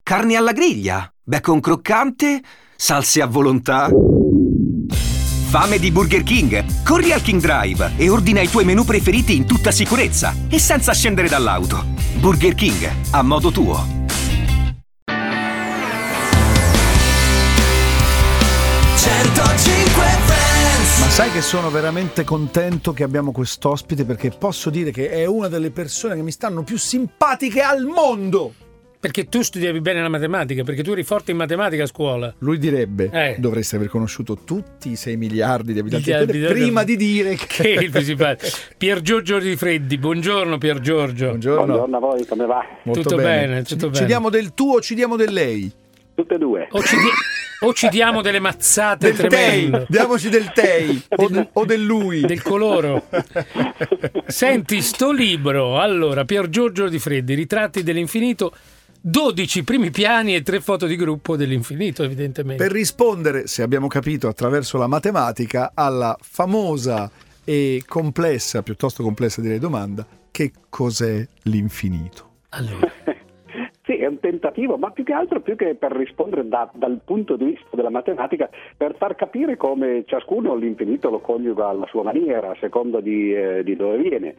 carne alla griglia, bacon croccante, salse a volontà. Fame di Burger King? Corri al King Drive e ordina i tuoi menù preferiti in tutta sicurezza e senza scendere dall'auto. Burger King, a modo tuo. 105 Friends. Ma sai che sono veramente contento che abbiamo quest'ospite, perché posso dire che è una delle persone che mi stanno più simpatiche al mondo. Perché tu studiavi bene la matematica, perché tu eri forte in matematica a scuola. Lui direbbe, dovresti aver conosciuto tutti i 6 miliardi di abitanti prima di dire che il principale. Pier Giorgio Di Freddi, buongiorno Pier Giorgio. Buongiorno a voi, come va? Molto tutto bene. Ci diamo del tu o ci diamo del lei? Tutte e due. O ci diamo delle mazzate tremende. Diamoci del tei o del lui. Del coloro. Senti, sto libro, allora, Pier Giorgio Di Freddi, Ritratti dell'infinito, 12 primi piani e 3 foto di gruppo dell'infinito, evidentemente. Per rispondere, se abbiamo capito, attraverso la matematica, alla famosa e complessa, piuttosto complessa direi, domanda: che cos'è l'infinito? Allora. Sì, è un tentativo, ma più che altro, più che per rispondere dal punto di vista della matematica, per far capire come ciascuno l'infinito lo coniuga alla sua maniera, a seconda di dove viene.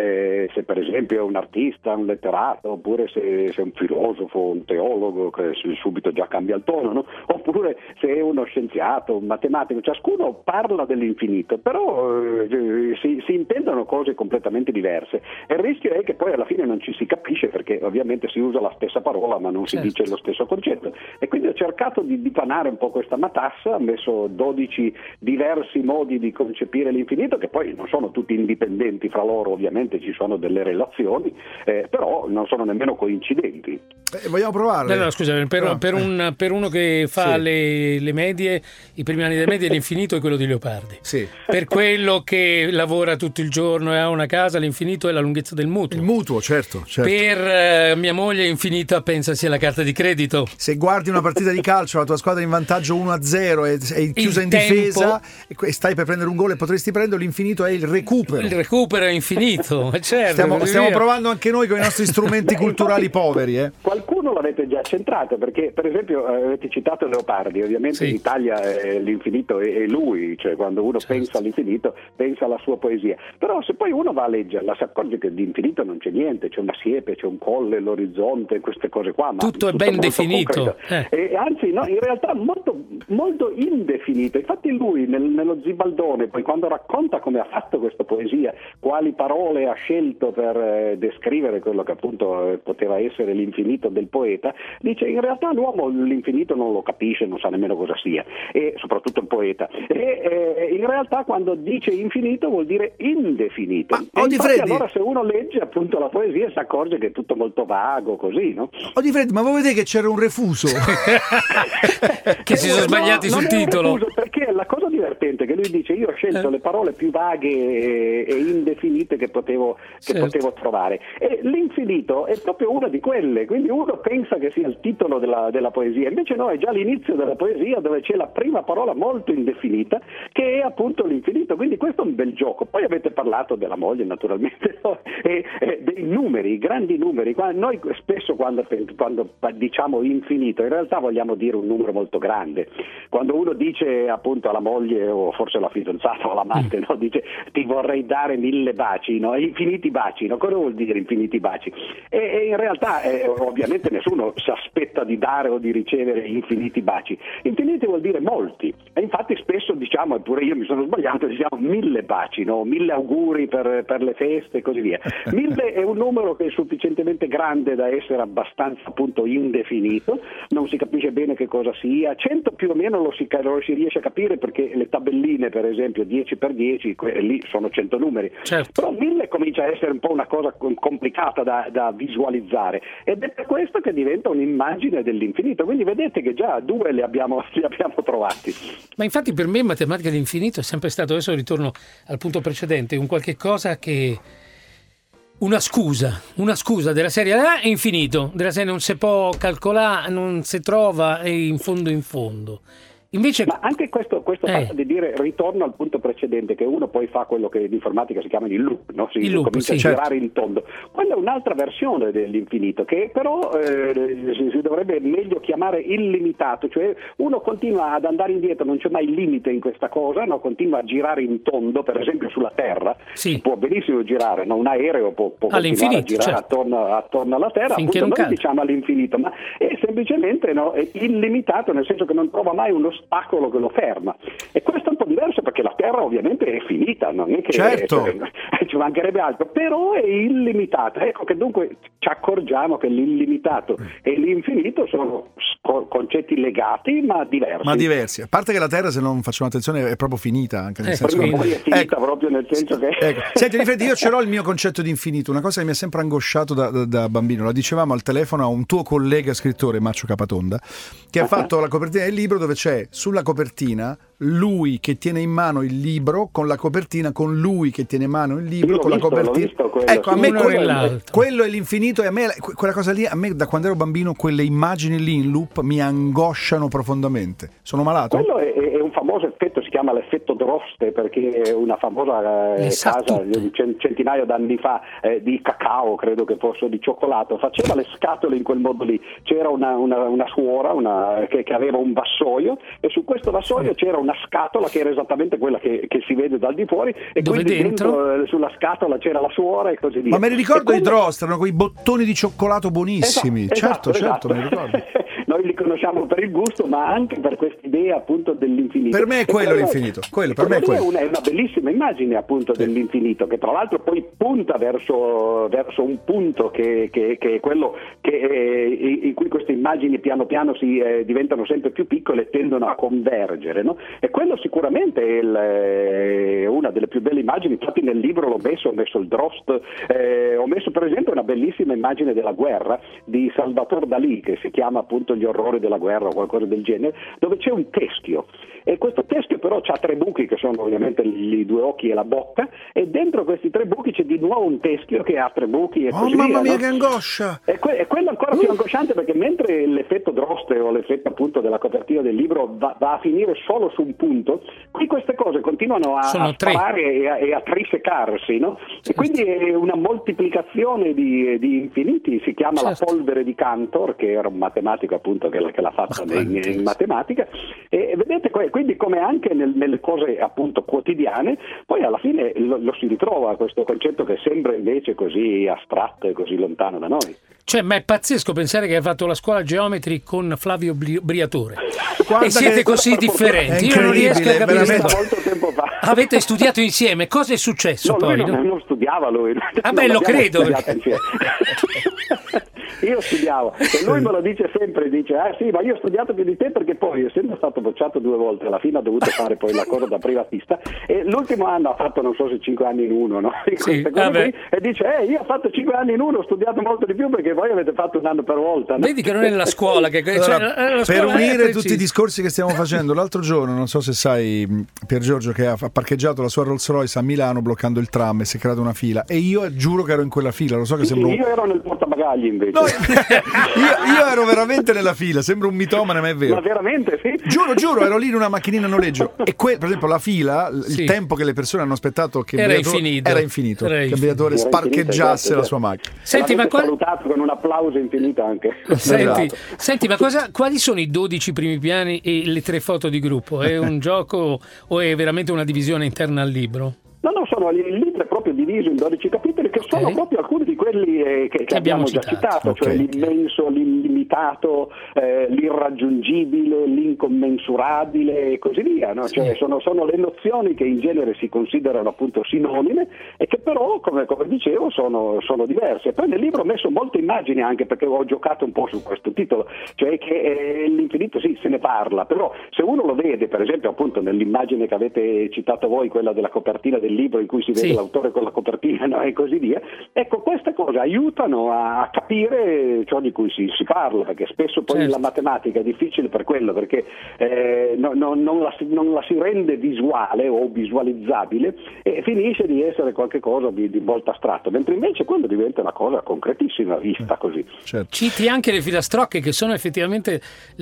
Se per esempio è un artista, un letterato, oppure se è un filosofo, un teologo, che subito già cambia il tono, no? Oppure se è uno scienziato, un matematico, ciascuno parla dell'infinito, però si intendono cose completamente diverse. E il rischio è che poi alla fine non ci si capisce, perché ovviamente si usa la stessa parola ma non si dice lo stesso concetto, e quindi ho cercato di dipanare un po' questa matassa, ho messo 12 diversi modi di concepire l'infinito, che poi non sono tutti indipendenti fra loro, ovviamente ci sono delle relazioni, però non sono nemmeno coincidenti. Vogliamo provare? No, scusa, per uno che fa le medie, i primi anni delle medie, l'infinito è quello di Leopardi. Sì. Per quello che lavora tutto il giorno e ha una casa, l'infinito è la lunghezza del mutuo. Il mutuo, certo. Per mia moglie infinita pensa sia la carta di credito. Se guardi una partita di calcio, la tua squadra è in vantaggio 1-0 e sei chiusa in difesa e stai per prendere un gol e potresti prenderlo, l'infinito è il recupero. Il recupero è infinito, certo. Stiamo provando anche noi con i nostri strumenti culturali poveri. Qualcuno l'avete già centrato, perché per esempio avete citato Leopardi, ovviamente in Italia l'infinito è lui, cioè quando uno pensa all'infinito pensa alla sua poesia, però se poi uno va a leggerla si accorge che di infinito non c'è niente, c'è una siepe, c'è un colle, l'orizzonte, queste cose qua, ma tutto è ben definito, e anzi no, in realtà molto, molto indefinito. Infatti lui nello Zibaldone, poi quando racconta come ha fatto questa poesia, quali parole ha scelto per descrivere quello che appunto poteva essere l'infinito del poeta, dice in realtà l'uomo l'infinito non lo capisce, non sa nemmeno cosa sia, e soprattutto il poeta, e in realtà quando dice infinito vuol dire indefinito. Di Freddi, allora se uno legge appunto la poesia si accorge che è tutto molto vago così, no? Di Freddi, ma voi vedete che c'era un refuso? Che si sono sbagliati sul titolo. Perché la cosa divertente è che lui dice io ho scelto le parole più vaghe e indefinite che potevo trovare, e l'infinito è proprio una di quelle, quindi uno pensa che sia il titolo della poesia, invece no, è già l'inizio della poesia dove c'è la prima parola molto indefinita che è appunto l'infinito, quindi questo è un bel gioco. Poi avete parlato della moglie naturalmente, no? e dei numeri, i grandi numeri. Noi spesso quando diciamo infinito in realtà vogliamo dire un numero molto grande. Quando uno dice appunto alla moglie o forse alla fidanzata o all'amante, no? Dice ti vorrei dare 1000 baci, no? Infiniti baci, no? Cosa vuol dire infiniti baci? E in realtà ovviamente nessuno si aspetta di dare o di ricevere infiniti baci. Infiniti vuol dire molti, e infatti spesso diciamo, eppure io mi sono sbagliato, diciamo 1000 baci, no? 1000 auguri per le feste e così via. 1000 è un numero che è sufficientemente grande da essere abbastanza appunto indefinito, non si capisce bene che cosa sia. 100 più o meno lo si riesce a capire, perché le tabelline per esempio 10x10 lì sono 100 numeri, però 1000 comincia a essere un po' una cosa complicata da visualizzare, ed è per questo che diventa un'immagine dell'infinito. Quindi vedete che già 2 li abbiamo trovati. Ma infatti per me matematica dell'infinito è sempre stato, adesso ritorno al punto precedente, un qualche cosa che una scusa della serie è infinito, della serie non si può calcolare, non si trova, è in fondo. Invece... Ma anche questo fatto di dire ritorno al punto precedente, che uno poi fa quello che in informatica si chiama il loop, no? Si comincia a girare in tondo. Quella è un'altra versione dell'infinito, che però si dovrebbe meglio chiamare illimitato, cioè uno continua ad andare indietro, non c'è mai limite in questa cosa, no? Continua a girare in tondo, per esempio sulla Terra, può benissimo girare, no? Un aereo può continuare a girare attorno alla Terra, finché appunto non noi diciamo all'infinito, ma è semplicemente è illimitato, nel senso che non trova mai uno ostacolo che lo ferma. E questo è un po' diverso, perché la Terra ovviamente è finita, non è che ci mancherebbe altro, però è illimitata. Ecco che dunque ci accorgiamo che l'illimitato e l'infinito sono concetti legati ma diversi. A parte che la Terra, se non facciamo attenzione, è proprio finita, anche nel senso che poi è finita proprio nel senso che Senti, Rifletti, io ce l'ho il mio concetto di infinito, una cosa che mi ha sempre angosciato da bambino. La dicevamo al telefono a un tuo collega scrittore, Maccio Capatonda, che ha fatto la copertina del libro, dove c'è sulla copertina lui che tiene in mano il libro, con la copertina con lui che tiene in mano il libro, con la copertina. Ecco, a me quello è l'infinito, e a me quella cosa lì, a me da quando ero bambino quelle immagini lì in loop mi angosciano profondamente. Sono malato? Quello è un famoso effetto, si chiama l'effetto Droste, perché è una famosa casa di centinaio d'anni fa di cacao, credo che fosse, di cioccolato, faceva le scatole in quel modo lì. C'era una suora che aveva un vassoio, e su questo vassoio c'era una scatola che era esattamente quella che si vede dal di fuori, e dove quindi dentro sulla scatola c'era la suora e così via. Ma me li ricordo i Drost, erano quei bottoni di cioccolato buonissimi. Certo, me li ricordo. Noi li conosciamo per il gusto, ma anche per quest'idea appunto dell'infinito. Per me è quello l'infinito. Per me è quello. È una bellissima immagine appunto dell'infinito, che tra l'altro poi punta verso un punto che è quello in cui queste immagini piano piano diventano sempre più piccole e tendono a convergere, no? E quello sicuramente è una delle più belle immagini. Infatti nel libro ho messo il Drost, ho messo per esempio una bellissima immagine della guerra di Salvatore Dalì, che si chiama appunto Gli orrori della guerra o qualcosa del genere, dove c'è un teschio, e questo teschio però ha 3 buchi, che sono ovviamente i 2 occhi e la bocca, e dentro questi 3 buchi c'è di nuovo un teschio che ha 3 buchi e così via. Mamma mia, no? Che angoscia! E quello ancora più angosciante, perché mentre l'effetto Droste o l'effetto appunto della copertina del libro va a finire solo su un punto, qui queste cose continuano a sparare e a trisecarsi, no? E quindi è una moltiplicazione di infiniti. Si chiama la polvere di Cantor, che era un matematico appunto che l'ha fatta in matematica, e vedete quindi come anche nelle cose appunto quotidiane poi alla fine lo si ritrova questo concetto, che sembra invece così astratto e così lontano da noi. Cioè, ma è pazzesco pensare che hai fatto la scuola Geometri con Flavio Briatore. Guarda, e siete così differenti. Io non riesco a capire. Molto tempo fa. Avete studiato insieme? Cosa è successo no, poi? Lui non studiava lui. Vabbè, lo credo. Io studiavo, e lui me lo dice sempre, dice sì, ma io ho studiato più di te, perché poi, essendo stato bocciato 2 volte, alla fine ho dovuto fare poi la cosa da privatista, e l'ultimo anno ha fatto, non so se 5 anni in uno, no? Qui, e dice io ho fatto 5 anni in uno, ho studiato molto di più, perché voi avete fatto un anno per volta, no? Vedi che non è la scuola che la per unire tutti i discorsi che stiamo facendo, l'altro giorno, non so se sai, Pier Giorgio, che ha parcheggiato la sua Rolls Royce a Milano bloccando il tram, e si è creata una fila, e io giuro che ero in quella fila. Lo so che sembra io ero nel portabagagli invece. No, io ero veramente nella fila, sembro un mitomane, ma è vero. Ma veramente, sì? Giuro, ero lì in una macchinina a noleggio, e per esempio la fila, il tempo che le persone hanno aspettato che era infinito. Che il Briatore sparcheggiasse la sua macchina. Senti, ma salutato con un applauso infinito anche. Senti, ma quali sono i 12 primi piani e le 3 foto di gruppo? È un gioco o è veramente una divisione interna al libro? No, il libro è proprio diviso in 12 capitoli, che sono proprio alcuni di quelli che abbiamo già citato, cioè l'immenso, l'illimitato, l'irraggiungibile, l'incommensurabile e così via, no? Cioè sono le nozioni che in genere si considerano appunto sinonime, e che però, come dicevo, sono diverse. E poi nel libro ho messo molte immagini, anche perché ho giocato un po' su questo titolo, cioè che l'infinito sì, se ne parla, però se uno lo vede, per esempio appunto nell'immagine che avete citato voi, quella della copertina del il libro in cui si vede l'autore con la copertina, no? E così via. Ecco, queste cose aiutano a capire ciò di cui si parla, perché spesso poi la matematica è difficile per quello, perché non la si rende visuale o visualizzabile e finisce di essere qualcosa di molto astratto, mentre invece quello diventa una cosa concretissima vista così. Certo. Citi anche le filastrocche, che sono effettivamente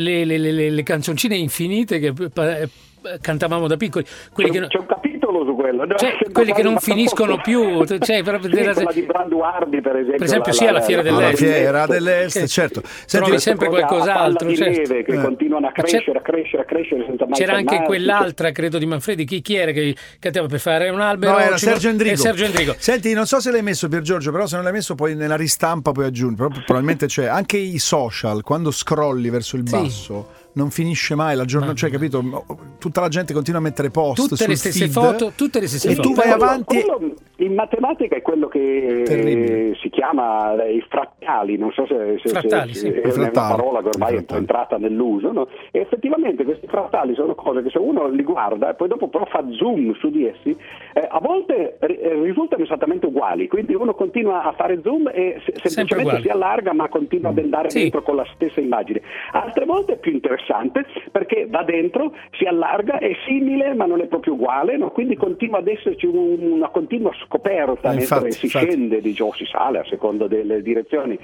le canzoncine infinite che cantavamo da piccoli, c'è un capitolo su quello, no? Quelli che non finiscono più, quella di Branduardi per esempio sia la Fiera dell'Est, la Fiera dell'Est, certo. Trovi sempre qualcos'altro, di neve che continuano a crescere senza mai c'era fermarsi. anche quell'altra, credo, di Manfredi, chi era che cantava per fare un albero? No, era Sergio Endrigo. Senti, non so se l'hai messo, Pier Giorgio, però se non l'hai messo poi nella ristampa puoi aggiungere, però probabilmente c'è anche i social, quando scrolli verso il basso non finisce mai la giornata, cioè, capito? Tutta la gente continua a mettere post tutte le stesse feed, foto, tutte le stesse foto. Tu vai avanti. Quello in matematica è quello che si chiama i frattali, non so se è una parola che ormai è entrata nell'uso, no? E effettivamente questi frattali sono cose che se uno li guarda e poi dopo però fa zoom su di essi, a volte risultano esattamente uguali, quindi uno continua a fare zoom e semplicemente si allarga, ma continua ad andare dentro con la stessa immagine. Altre volte è più interessante perché va dentro, si allarga, è simile ma non è proprio uguale, no? Quindi continua ad esserci una continua scoperta mentre si scende o si sale a seconda delle direzioni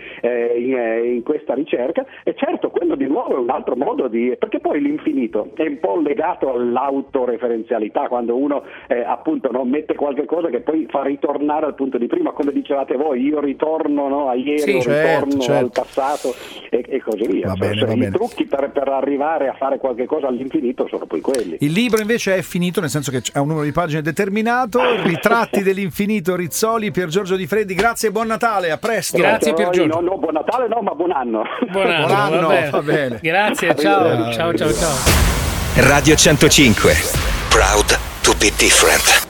in questa ricerca. E certo, quello di nuovo è un altro modo perché poi l'infinito è un po' legato all'autoreferenzialità, quando uno appunto mette qualche cosa che poi fa ritornare al punto di prima, come dicevate voi, io ritorno a ieri, ritorno al passato e così via. I trucchi per arrivare a fare qualche cosa all'infinito sono poi quelli. Il libro invece è finito, nel senso che ha un numero di pagine determinato, Ritratti dell'infinito, Rizzoli, Pier Giorgio Di Freddi. Grazie e buon Natale, a presto. Grazie Pier Giorgio. No, buon Natale no, ma buon anno. Buon anno, va bene. Grazie, ciao. Radio 105, proud to be different.